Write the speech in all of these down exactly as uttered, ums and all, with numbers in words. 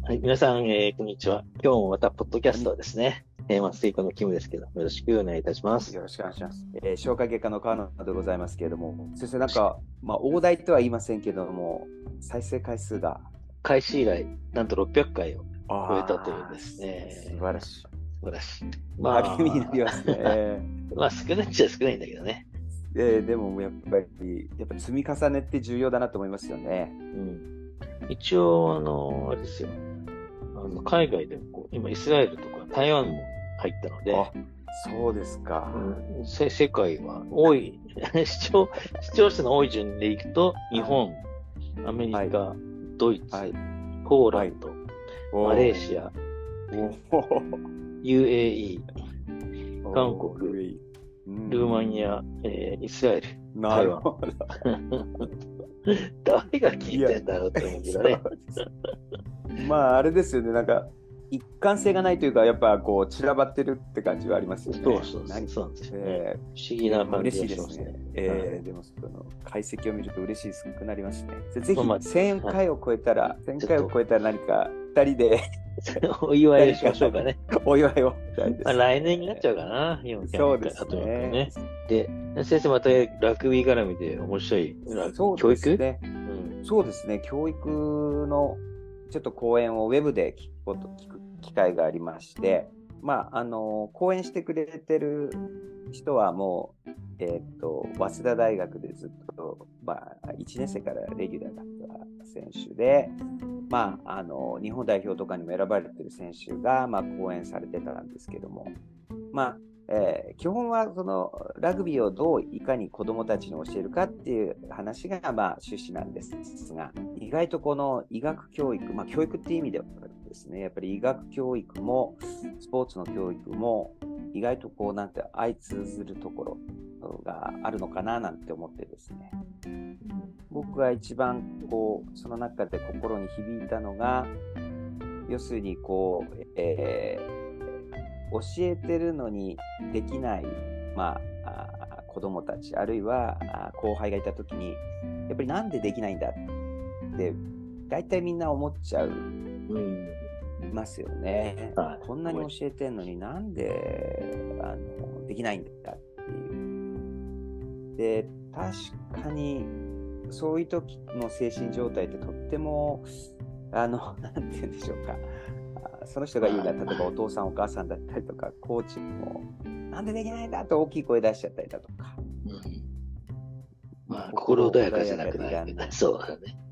はい、皆さん、えーこんにちは。今日もまた、ポッドキャストですね。えー、松井子のキムですけど、よろしくお願いいたします。 よろしくお願いします。えー、消化外科の川野でございますけれども、先生、なんか、まあ、大台とは言いませんけども、再生回数が、 開始以来、なんとろっぴゃっかいを超えたというああ、 ですす素ね。 晴らしい。 素晴らしい。 励みになりまますね。 あ、 えまあ、少ないっちゃ少ないんだけどね。 ーえーでも、やっぱり、やっぱ積み重ねって重要だなと思いますよね。 うん。一応、あの、あれですよ。あの、海外でもこう、今、イスラエルとか台湾も入ったので、 あ、そうですか。 うん、せ世界は多い、視聴、視聴者の多い順でいくと、日本、アメリはい、 カ、ドイツ、 はい、 ポーラはい。 ンド、マレーおーシア、 おーユーエーイー、韓おー国、 ルイうルーマニん、 ア、えーイスラエル、台湾。 なるほど。 誰が聞いや、 いてんだろうって思うけどね。 そうです。まあ、あれですよね、なんか、一貫性がないというか、やっぱこう散らばってるって感じはありますよね。 そうそうそう、 何そうなんですよね。 え不思議ー、でな感じも嬉しがしますね。 いですね。えー、でもその解析を見ると嬉しくなりますね。ぜひまあまあ、 せんはい、 かいを超えたら、1000 ちょっと、 回を超えたら何かふたりでお祝いをしま何かしょうかね。 お祝いをしたいでまあ、 す来年になっちゃね。 うかな、よんかい、 そうですあとよんかいね。 ね。で、先生またラグビー絡みで面白い、ラそう教育、 ですね。 うん、 そうですね。教育のちょっと講演をウェブで聞くこと、聞く機会がありまして、まあ、あの、講演してくれてる人はもう、えっと、早稲田大学でずっと、まあ、いちねん生からレギュラーだった選手で、まあ、あの、日本代表とかにも選ばれてる選手が、まあ、講演されてたんですけども、まあ、えー基本はそのラグビーをどういかに子どもたちに教えるかっていう話がまあ趣旨なんですが、意外とこの医学教育、まあ、教育っていう意味ではですね、やっぱり医学教育もスポーツの教育も意外とこうなんて相通ずるところがあるのかななんて思ってですね、僕が一番こうその中で心に響いたのが、要するにこう、えー教えてるのにできない、まあ、あ子どもたち、あるいはあ後輩がいたときに、やっぱりなんでできないんだって大体みんな思っちゃううん、 ますよね。 はい、 こんなに教えてるのになんであのできないんだっていう。で、確かにそういう時の精神状態ってとっても、あの、なんて言うんでしょうか。あその人が言うのは、例えばお父さんお母さんだったりとか、コーチも、なんでできないんだと大きい声出しちゃったりだとか。 うん、まあ、心心穏やかじゃなく穏やかでいらんない。 なるけど、そうだね。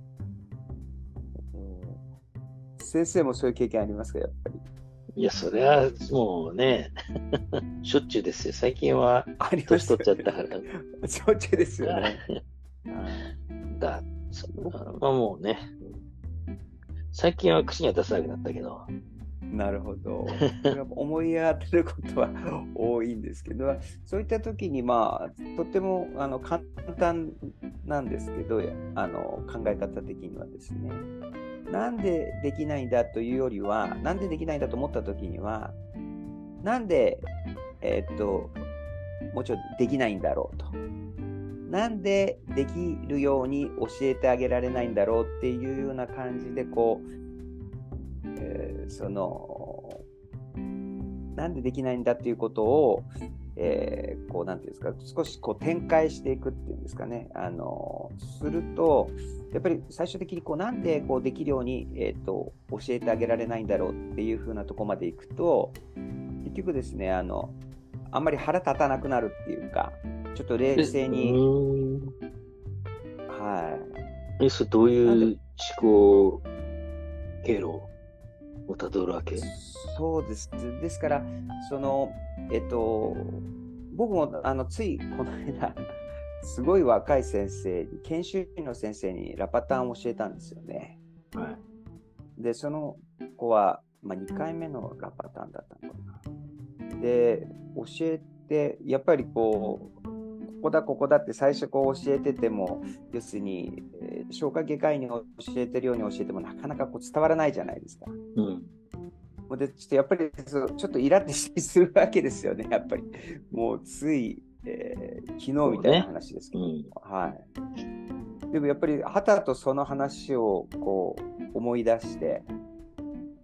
うん先生もそういう経験ありますか、やっぱり。 いや、それはもうね、しょっちゅうですよ。最近はありま年取っすよね。 ちゃったから。 しょっちゅうですよね。 だ、そまあもうね、最近は口には出さなくなったけど、 なるほど。それは思い当たることは多いんですけど、そういった時に、まあ、とってもあの簡単なんですけど、あの考え方的にはですね、なんでできないんだというよりは、なんでできないんだと思った時には、なんで、えーっと、もうちょっとできないんだろうと。なんでできるように教えてあげられないんだろうっていうような感じで、こう、えーその、なんでできないんだっていうことを、えーこう、なんていうんですか、少しこう展開していくっていうんですかね。あの、すると、やっぱり最終的にこう、なんでこうできるように、えーと、教えてあげられないんだろうっていうふうなところまでいくと、結局ですね、あの、あんまり腹立たなくなるっていうか、ちょっと冷え、 静に、 うーん、 はえ、それどうい。なんで、 いう思考経路をたどるわけ？ そうです。ですから、その、えっと、僕もあのついこの間、すごい若い先生に、研修医の先生にラパタンを教えたんですよね。 はい。 で、その子は、まあ、にかいめのラパタンだったのかな。で、教えて、やっぱりこう、ここだ、ここだって最初こう教えてても、要するに、えー消化外科医に教えてるように教えても、なかなかこう伝わらないじゃないですか。 うん。 で、ちょっとやっぱりそうちょっとイラってするわけですよね、やっぱり。もうつい、えー昨日みたいな話ですけど、 ね、 はい。でもやっぱり、はたとその話をこう思い出して、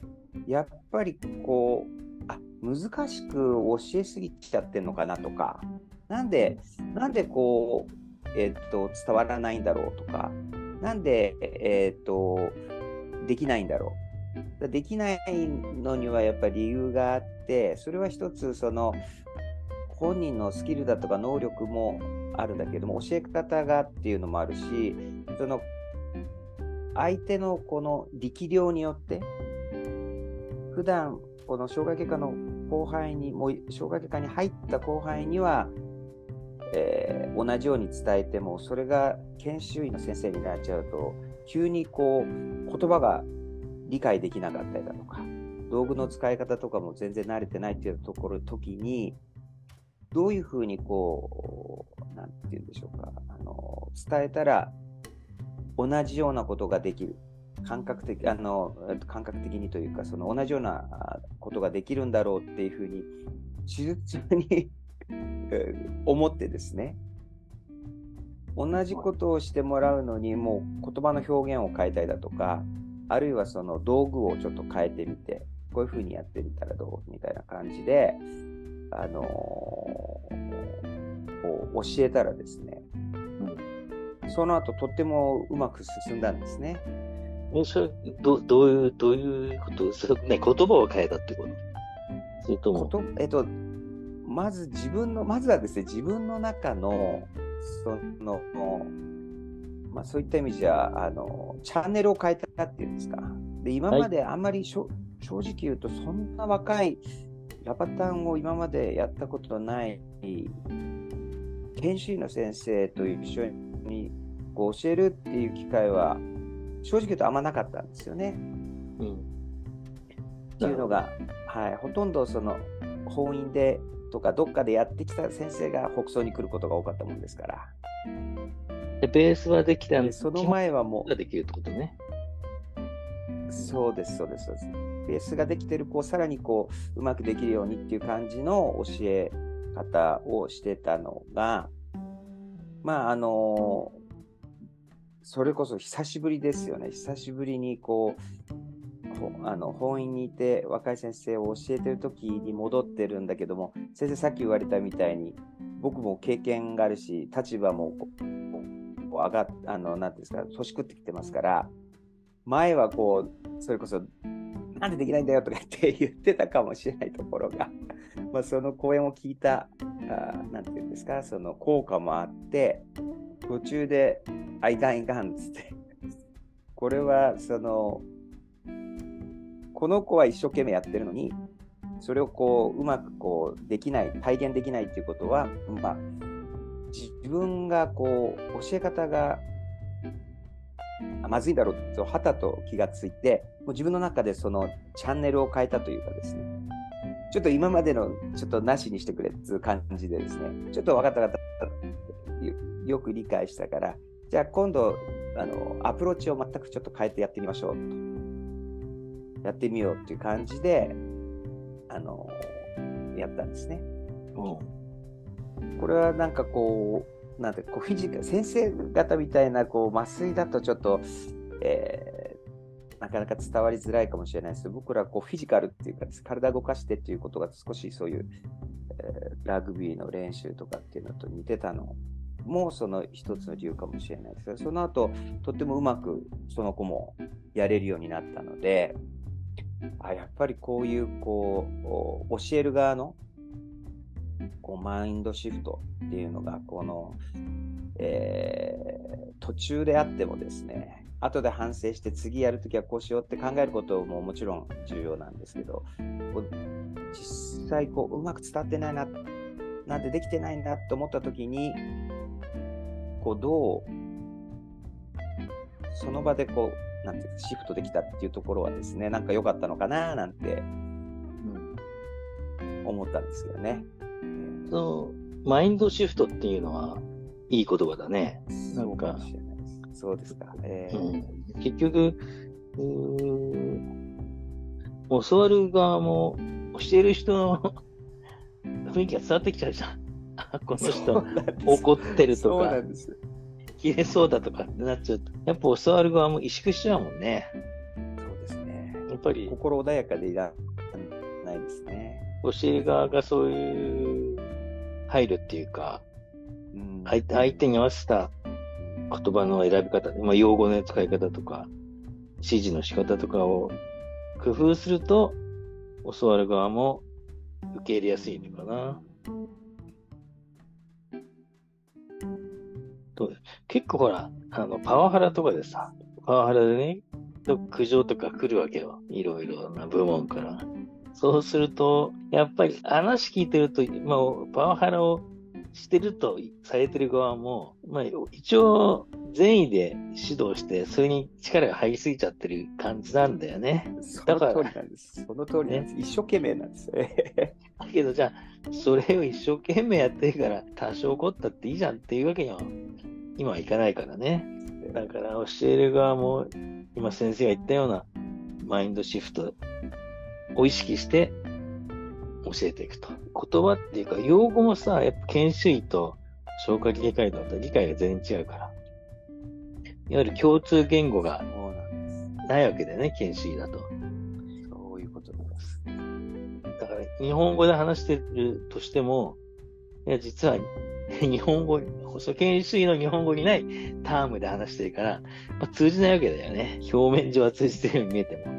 やっぱりこう、あ、難しく教えすぎちゃってんのかなとか、なんで、なんでこう、えっと、伝わらないんだろうとか、なんで、えっと、できないんだろう。できないのにはやっぱり理由があって、それは一つ、その、本人のスキルだとか能力もあるんだけども、教え方がっていうのもあるし、その、相手のこの力量によって、普段この障害外科の後輩に、もう障害外科に入った後輩には、えー、同じように伝えても、それが研修医の先生になっちゃうと、急にこう言葉が理解できなかったりだとか、道具の使い方とかも全然慣れてないっていうところ時に、どういうふうにこう、なんていうんでしょうか、あの伝えたら同じようなことができる。感覚的、あの、感覚的にというか、その同じようなことができるんだろうっていうふうに、手術中に思ってですね、同じことをしてもらうのに、もう言葉の表現を変えたりだとか、あるいはその道具をちょっと変えてみて、こういうふうにやってみたらどうみたいな感じで、あのー、こう教えたらですね、うん、その後とってもうまく進んだんですね。 それどどういうどういうことそれ、ね、言葉を変えたってこと？それともこと、えっと、まず自分のまずはですね、自分の中のその、まあ、そういった意味じゃあのチャンネルを変えたっていうんですか。で今まであんまりしょ、はい、正直言うとそんな若いラパタンを今までやったことない研修医の先生と一緒にこう教えるっていう機会は正直言うとあんまなかったんですよね。うん、っていうのが、はい、ほとんどその法院でとかどっかでやってきた先生が北総に来ることが多かったもんですから。 でベースはできたんで、 その前はもうできるってことね。 そうですそうですそうです。ベースができてる子をさらにこううまくできるようにっていう感じの教え方をしてたのが、まああのそれこそ久しぶりですよね。久しぶりにこうあの本院にいて若い先生を教えてる時に戻ってるんだけども、先生さっき言われたみたいに僕も経験があるし立場もこう上がっあのなんていうんですか、年食ってきてますから、前はこうそれこそなんでできないんだよとかって言ってたかもしれないところがまあその講演を聞いたあなんていうんですか、その効果もあって途中であいかんいかんっつってこれはそのこの子は一生懸命やってるのにそれをこううまくこうできない体現できないっていうことは、まあ、自分がこう教え方がまずいだろうとはたと気がついて、もう自分の中でそのチャンネルを変えたというかですね、ちょっと今までのちょっとなしにしてくれっていう感じでですね、ちょっと分かった分かったよ、よく理解したから、じゃあ今度あのアプローチを全くちょっと変えてやってみましょうと、やってみようっていう感じであのやったんですね。うん、これはなんかこうなんてこうフィジカル先生方みたいなこう麻酔だとちょっと、えー、なかなか伝わりづらいかもしれないですけど、僕らこうフィジカルっていうか体を動かしてっていうことが少しそういう、えー、ラグビーの練習とかっていうのと似てたのもその一つの理由かもしれないですけど、その後とってもうまくその子もやれるようになったので、あやっぱりこういうこう教える側のこうマインドシフトっていうのがこの、えー、途中であってもですね、後で反省して次やるときはこうしようって考えることももちろん重要なんですけど、こう実際こううまく伝わってないな、なんてできてないなと思ったときにこうどうその場でこうなんていうかシフトできたっていうところはですね、なんか良かったのかななんて、うん、思ったんですけどね。 そのマインドシフトっていうのはいい言葉だね。なんかそうですか、えーうん、結局うー教わる側も教える人の雰囲気が伝わってきちゃうじゃん。この人怒ってるとか切れそうだとかってなっちゃうと、やっぱ教わる側も萎縮しちゃうもんね。 そうですね。 ぱり心穏やかでいらないですね。 教える側がそういう配慮っていうか、うん、相手、相手に合わせた言葉の選び方、まあ、用語の使い方とか、指示の仕方とかを工夫すると、教わる側も受け入れやすいのかな。と結構ほら、あの、パワハラとかでさ、パワハラでね、苦情とか来るわけよ。いろいろな部門から。そうすると、やっぱり話聞いてると、まあ、パワハラをしてるとされてる側も、まあ、一応善意で指導して、それに力が入りすぎちゃってる感じなんだよね。 だから、その通りなんです。その通りなんです。ね、一生懸命なんですね。 だけど、じゃあ、それを一生懸命やってるから、多少怒ったっていいじゃんっていうわけには、今はいかないからね。だから、教える側も、今先生が言ったようなマインドシフトを意識して教えていくと。言葉っていうか、用語もさ、やっぱ研修医と消化器外科医だったら理解が全然違うから。いわゆる共通言語がないわけだよね、研修医だと。 そういうことなんです。 だから、日本語で話してるとしても、いや、実は、日本語、研修医の日本語にないタームで話してるから、まあ、通じないわけだよね。表面上は通じてるように見えても。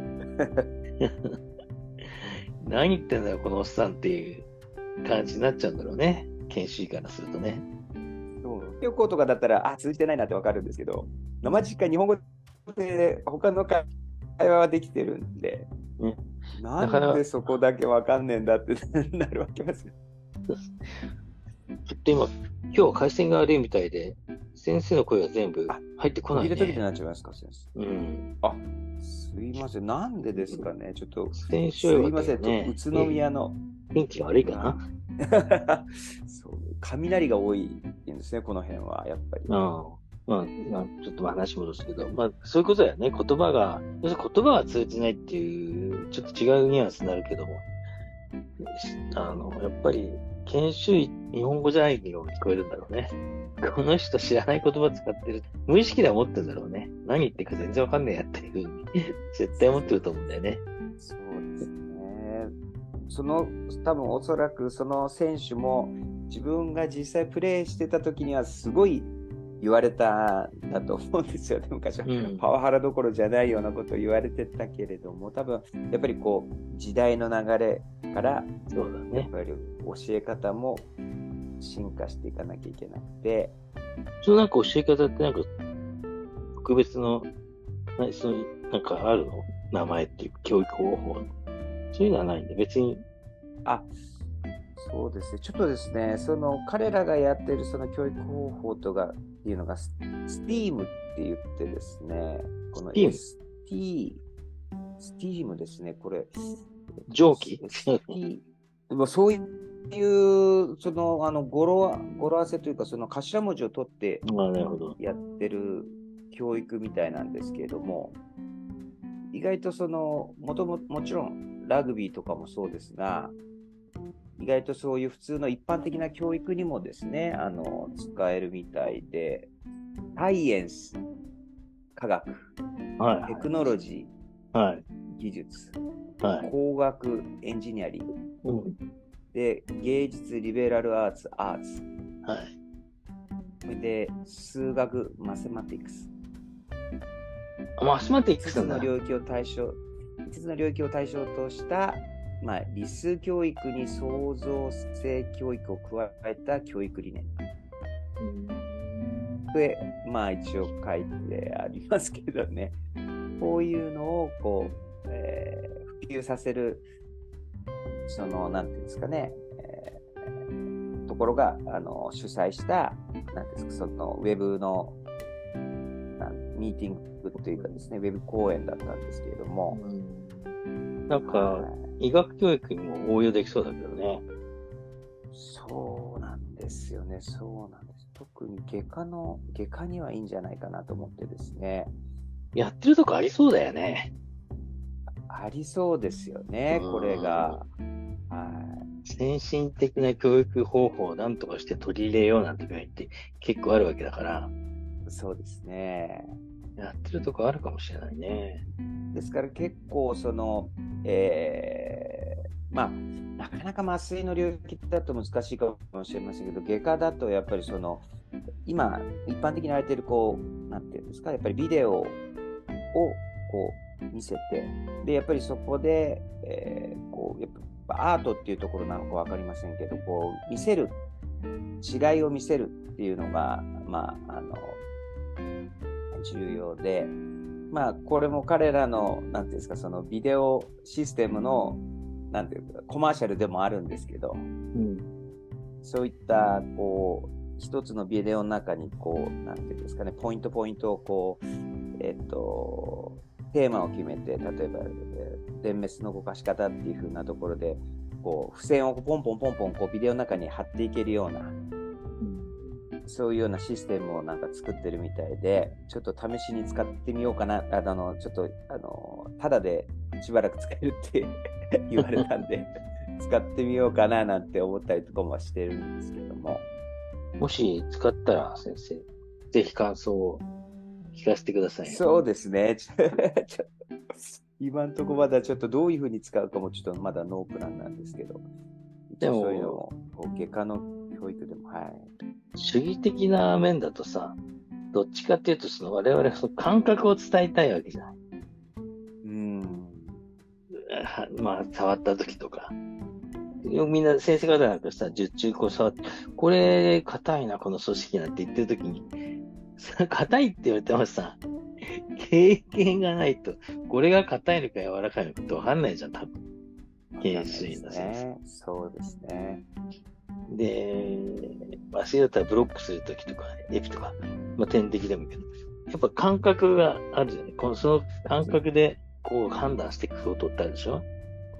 何言ってんだよ、このおっさんっていう感じになっちゃうんだろうね。研修医からするとね。 そう。旅行とかだったら、あ、通じてないなってわかるんですけど、生実家日本語で他の会話はできてるんで、ね、なんでそこだけわかんねえんだってなるわけですよ。 ちょっと今、今日回線が悪いみたいで、先生の声が全部入ってこないね。 入れときになっちゃいますか、先生。 うん。 あ、すいません。なんでですかね。ちょっと、 先週すいません。宇都宮の。 天気が悪いかな。 そう、雷が多いんですね、この辺は、やっぱり。 うん。まあ、ちょっと話戻すけど、まあ、そういうことだよね。言葉が、言葉が通じないっていう、ちょっと違うニュアンスになるけども、あの、やっぱり、研修医、日本語じゃないように聞こえるんだろうね。この人知らない言葉使ってる。無意識で思ってるんだろうね。何言ってるか全然わかんねえやっていうふうに、絶対思ってると思うんだよね。 そうですね。その、多分おそらくその選手も、自分が実際プレーしてた時にはすごい言われたんだと思うんですよね。昔は、うん、パワハラどころじゃないようなことを言われてたけれども、多分やっぱりこう時代の流れからそうだね、やっぱり教え方も進化していかなきゃいけなくて、 そのなんか教え方ってなんか特別のなそのなんかあるの名前っていう教育方法、そういうのはないんで別に。 あ、そうですね。ちょっとですね、その彼らがやってるその教育方法とかっていうのが スティーム って言ってですね、この エスティー、スティーム ですね、これ。 蒸気でもそういうそのあの語呂語呂合わせというかその頭文字を取ってやってる教育みたいなんですけれども、意外とそのもとももちろんラグビーとかもそうですが、意外とそういう普通の一般的な教育にもですね、あの使えるみたいで、サイエンス、科学、はい、テクノロジー、はい、技術、はい、工学、エンジニアリング、うん、で芸術、リベラルアーツ、アーツ、はい、で数学、マセマティクス、 マセマティクスの領域を対象、いつつの領域を対象としたまあ、理数教育に創造性教育を加えた教育理念。で、まあ一応書いてありますけどね。こういうのをこう、えー、普及させる、その、なんていうんですかね、えー、ところが、あの、主催した、なんですか、その、ウェブの、ミーティングというかですね、ウェブ講演だったんですけれども、 なんか、医学教育にも応用できそうだけどね。 そうなんですよね。そうなんです。特に外科の、外科にはいいんじゃないかなと思ってですね。 やってるとこありそうだよね。 ありそうですよね、これが。 はい。先進的な教育方法を何とかして取り入れようなんて言って結構あるわけだから。 そうですね。 やってるとこあるかもしれないね。 ですから結構その、えー、まあなかなか麻酔の領域だと難しいかもしれませんけど、外科だとやっぱりその今一般的に言われているこうなんていうんですか、やっぱりビデオをこう見せて、でやっぱりそこで、えー、こうやっぱアートっていうところなのか分かりませんけど、こう見せる違いを見せるっていうのがまああの重要で、まあこれも彼らのなんていうんですか、そのビデオシステムのなんていうかコマーシャルでもあるんですけど、うん、そういったこう一つのビデオの中にこうなんていうんですかね、ポイントポイントをこうえっとテーマを決めて、例えば電メスの動かし方っていう風なところでこう付箋をポンポンポンポンこうビデオの中に貼っていけるような、そういうようなシステムをなんか作ってるみたいで、ちょっと試しに使ってみようかな、あのちょっとあのただでしばらく使えるって言われたんで使ってみようかななんて思ったりとかもしてるんですけども、 もし使ったら先生、ぜひ感想を聞かせてください。 そうですね。今のところまだちょっとどういうふうに使うかもちょっとまだノープランなんですけど、でもそういうのも外科の教育でも、はい。 主義的な面だとさ、どっちかっていうとその我々はその感覚を伝えたいわけじゃない。 うん。 まあ触った時とか。みんな先生方なんかさ、術中こう触って、これ硬いなこの組織なんて言ってる時に、硬いって言われてもさ、経験がないと、これが硬いのか柔らかいのかって分かんないじゃん、多分。研修医の先生。 そうですね。 で、麻酔だったらブロックするときとか、エピとか、まあ、点滴でもいいけど、やっぱ感覚があるじゃない。このその感覚でこう判断していくことってあるでしょ。うん、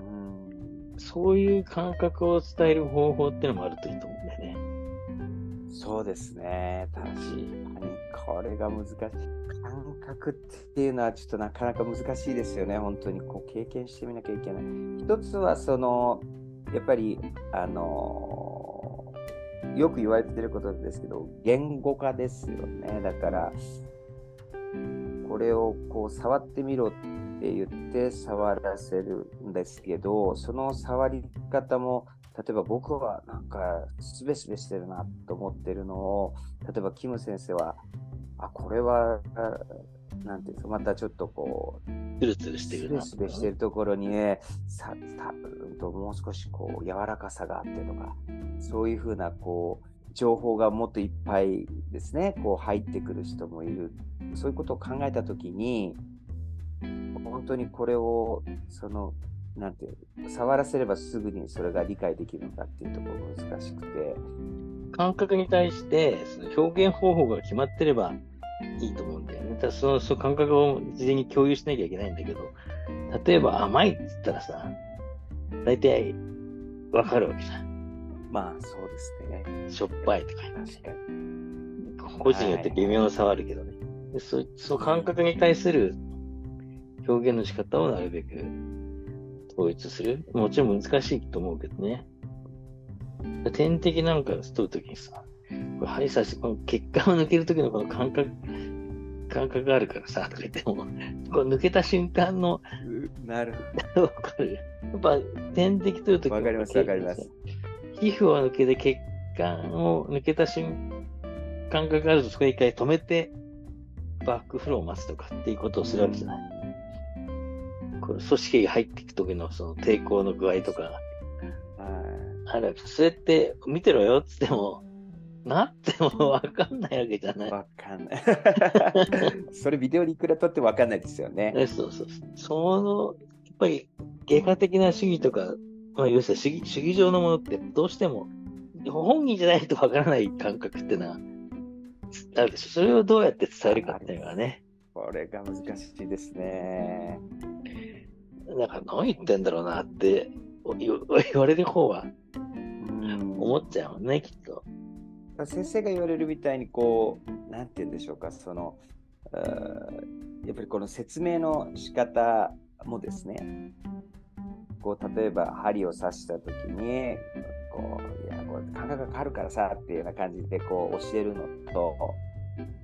そういう感覚を伝える方法っていうのもあるといいと思うんだよね。 そうですね。確かにこれが難しい。感覚っていうのはちょっとなかなか難しいですよね。本当にこう経験してみなきゃいけない。一つはそのやっぱりあのー、よく言われてることですけど、言語化ですよね。だからこれをこう触ってみろって言って触らせるんですけど、その触り方も例えば僕はなんかスベスベしてるなと思ってるのを、例えばキム先生はあこれはなんていうんですか、またちょっとこうツルツルしてるな、 スベスベしてるところにね、さ多分ともう少しこう柔らかさがあってとか、そういうふうなこう情報がもっといっぱいですね、こう入ってくる人もいる。そういうことを考えたときに、本当にこれをそのなんていう触らせればすぐにそれが理解できるのかっていうところが難しくて、 感覚に対してその表現方法が決まってればいいと思うんだよね。ただその、その感覚を事前に共有しなきゃいけないんだけど、例えば甘いって言ったらさ、大体わかるわけじゃん。 まあそうですね。 しょっぱいとか言って。個人によって微妙さはあるけどね。でそその感覚に対する表現の仕方をなるべく統一する。もちろん難しいと思うけどね。点滴なんか取るときにさ、これ針刺して、この血管を抜けるときのこの感覚、感覚があるからさ、とか言っても、こう抜けた瞬間の、 なるほど。 わかる。やっぱ点滴取るときわかります、わかります。 皮膚を抜けて血管を抜けた瞬間、感覚があるとそこに一回止めて、バックフローを待つとかっていうことをするわけじゃない。この組織が入っていくときのその抵抗の具合とか、あるわけ。それって見てろよって言っても、なってもわかんないわけじゃない。 わかんない。それビデオにいくら撮ってもわかんないですよね。 そうそう。その、やっぱり外科的な主義とか、まあ、要するに主義、主義上のものってどうしても本人じゃないとわからない感覚ってのはあるでしょ。それをどうやって伝えるかっていうのはね。 これが難しいですね。 だから何言ってんだろうなって言われる方は思っちゃうもんね、きっと。 先生が言われるみたいにこう、なんて言うんでしょうか、その、やっぱりこの説明の仕方もですね、こう例えば針を刺したときに、こういやこう感覚が変わるからさっていうような感じでこう教えるのと、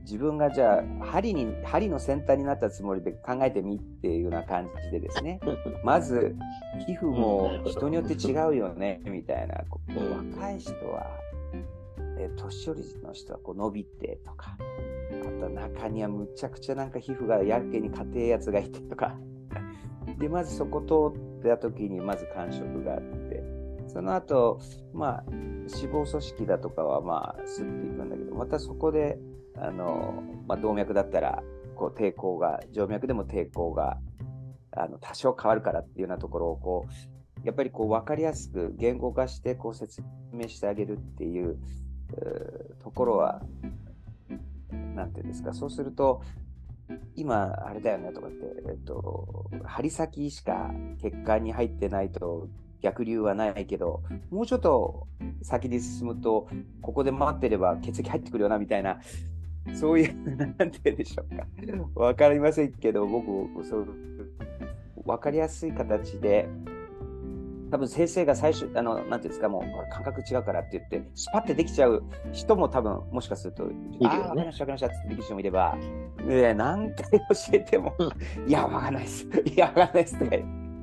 自分がじゃあ針に針の先端になったつもりで考えてみっていうような感じでですね、まず皮膚も人によって違うよねみたいな、こう若い人は、えー、年寄りの人はこう伸びてとか、あと中にはむちゃくちゃなんか皮膚がやけに硬いやつがいてとかで、まずそこ通った時にまず感触があって、その後まあ脂肪組織だとかはまあすっていくんだけど、またそこであの、まあ、動脈だったらこう抵抗が、静脈でも抵抗があの多少変わるからっていうようなところをこうやっぱりこう分かりやすく言語化してこう説明してあげるっていう、うところはなんていうんですか、そうすると今あれだよねとかって、えっと、針先しか血管に入ってないと逆流はないけど、もうちょっと先に進むとここで待ってれば血液入ってくるよなみたいな、そういう、なんて言うんでしょうか。わかりませんけど、僕、そうわかりやすい形で、多分先生が最初、あの、なんていうんですか、もう感覚違うからって言って、スパッてできちゃう人も多分、もしかすると、いるよね。ああ、わかりました、わかりましたってできる人もいれば、ね、何回教えても、いや、わかんないです。いや、わかんないですとか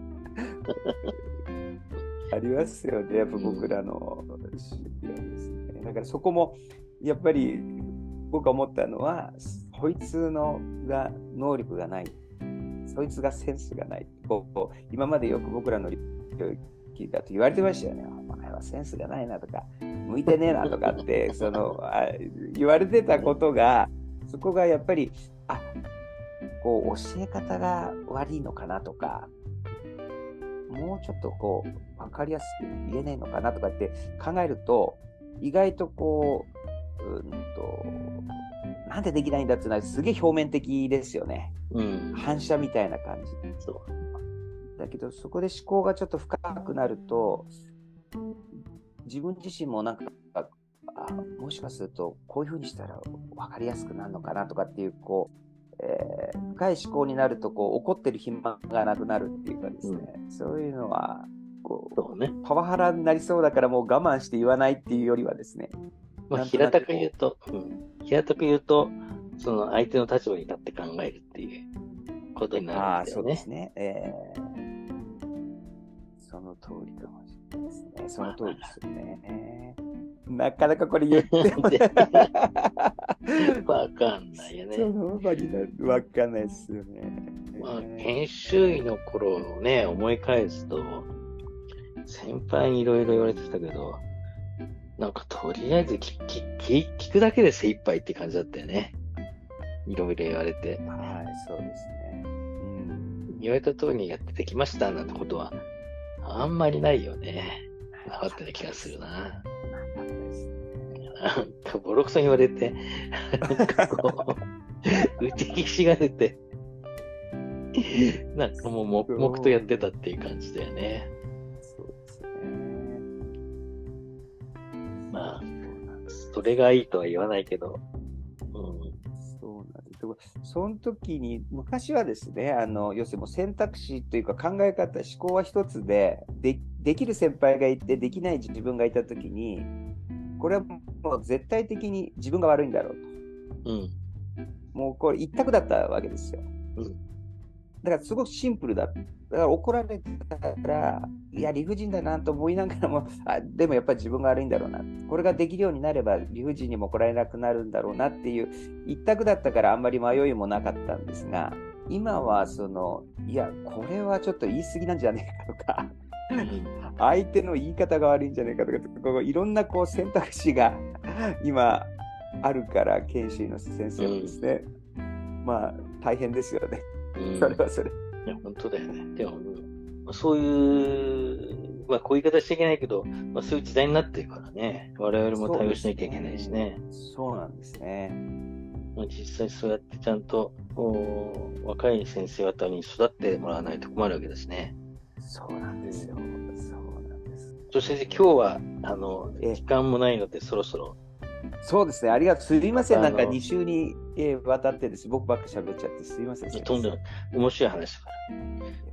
ありますよね、やっぱ僕らの知り合いですね。だからそこも、やっぱり、僕が思ったのは、そいつのが能力がない、そいつがセンスがない。こう今までよく僕らの領域だと言われてましたよね。お前はセンスがないなとか、向いてねえなとかってそのあ言われてたことが、そこがやっぱり、あ、こう教え方が悪いのかなとか、もうちょっとこう分かりやすく言えないのかなとかって考えると、意外とこう、うんとなんでできないんだっていうのはすげえ表面的ですよね、うん、反射みたいな感じ。そうだけどそこで思考がちょっと深くなると、自分自身もなんかあもしかするとこういう風にしたら分かりやすくなるのかなとかっていう、こう、えー、深い思考になるとこう怒ってる暇がなくなるっていうかですね、うん、そういうのはこうそうね、パワハラになりそうだからもう我慢して言わないっていうよりはですね、 まあ、平たく言うと、うん、平たく言うと、その相手の立場に立って考えるっていうことになるんですよね。ああ、そうですね。えー、その通りかもしれないですね。その通りですよね。なかなかこれ言ってもわかんないよね。 その場になるわかんないですよね。 まあ、研修医の頃をね、思い返すと、先輩にいろいろ言われてたけど、なんかとりあえず聞, 聞, 聞くだけで精一杯って感じだったよね。いろいろ言われて。 はい、そうですね。うん、 言われた通りにやってできましたなんてことはあんまりないよね。なかったような気がするな。なんかボロクソに言われて、なんかこう、打ち消しが出て、なんかもう黙々とやってたっていう感じだよね。まあ、それがいいとは言わないけど、 うん、そうなんです。その時に昔はですね、あの要するに選択肢というか考え方、思考は一つで、で、できる先輩がいてできない自分がいた時に、これはもう絶対的に自分が悪いんだろうと、うん、もうこれ一択だったわけですよ。うん、だからすごくシンプルだ。だから怒られたら、いや理不尽だなと思いながらも、あでもやっぱり自分が悪いんだろうな、これができるようになれば理不尽にも怒られなくなるんだろうなっていう一択だったから、あんまり迷いもなかったんですが、今はそのいやこれはちょっと言い過ぎなんじゃねえかとか相手の言い方が悪いんじゃねえかとか、こういろんなこう選択肢が今あるから、研修の先生もですね、うん、まあ大変ですよね、うん、それはそれ。 いや本当だよね。でもそういう、まあ、こういう言い方しちゃいけないけど、まあ、そういう時代になってるからね、我々も対応しなきゃいけないしね。 そうなんですね。 まあ、実際そうやってちゃんと若い先生方に育ってもらわないと困るわけですね。 そうなんですよ。そうなんです。 そして先生、今日はあの時間もないのでそろそろ。 そうですね、ありがとう。すいません、なんかに週にわたってです。僕ばっか喋っちゃってすいません。 とんでもない。面白い話だから。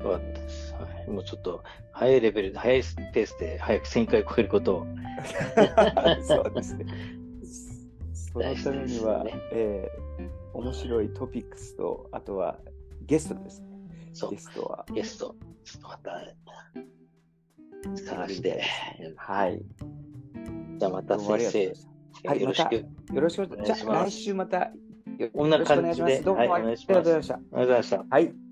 よかったです。はい、もうちょっと早いレベルで、早いペースで早くせんかい超えることを。 そうですね。 そのためには、 ね、 えー、面白いトピックスと、あとはゲストですね。 そうゲストは。 ゲスト、ちょっとまた探して。 はい。 じゃあまた先生、 はい、 よろしく。 よろしくお願いします。じゃあ来週またよこんな感じで、 どうもありがとうございました。 ありがとうございました。 はい。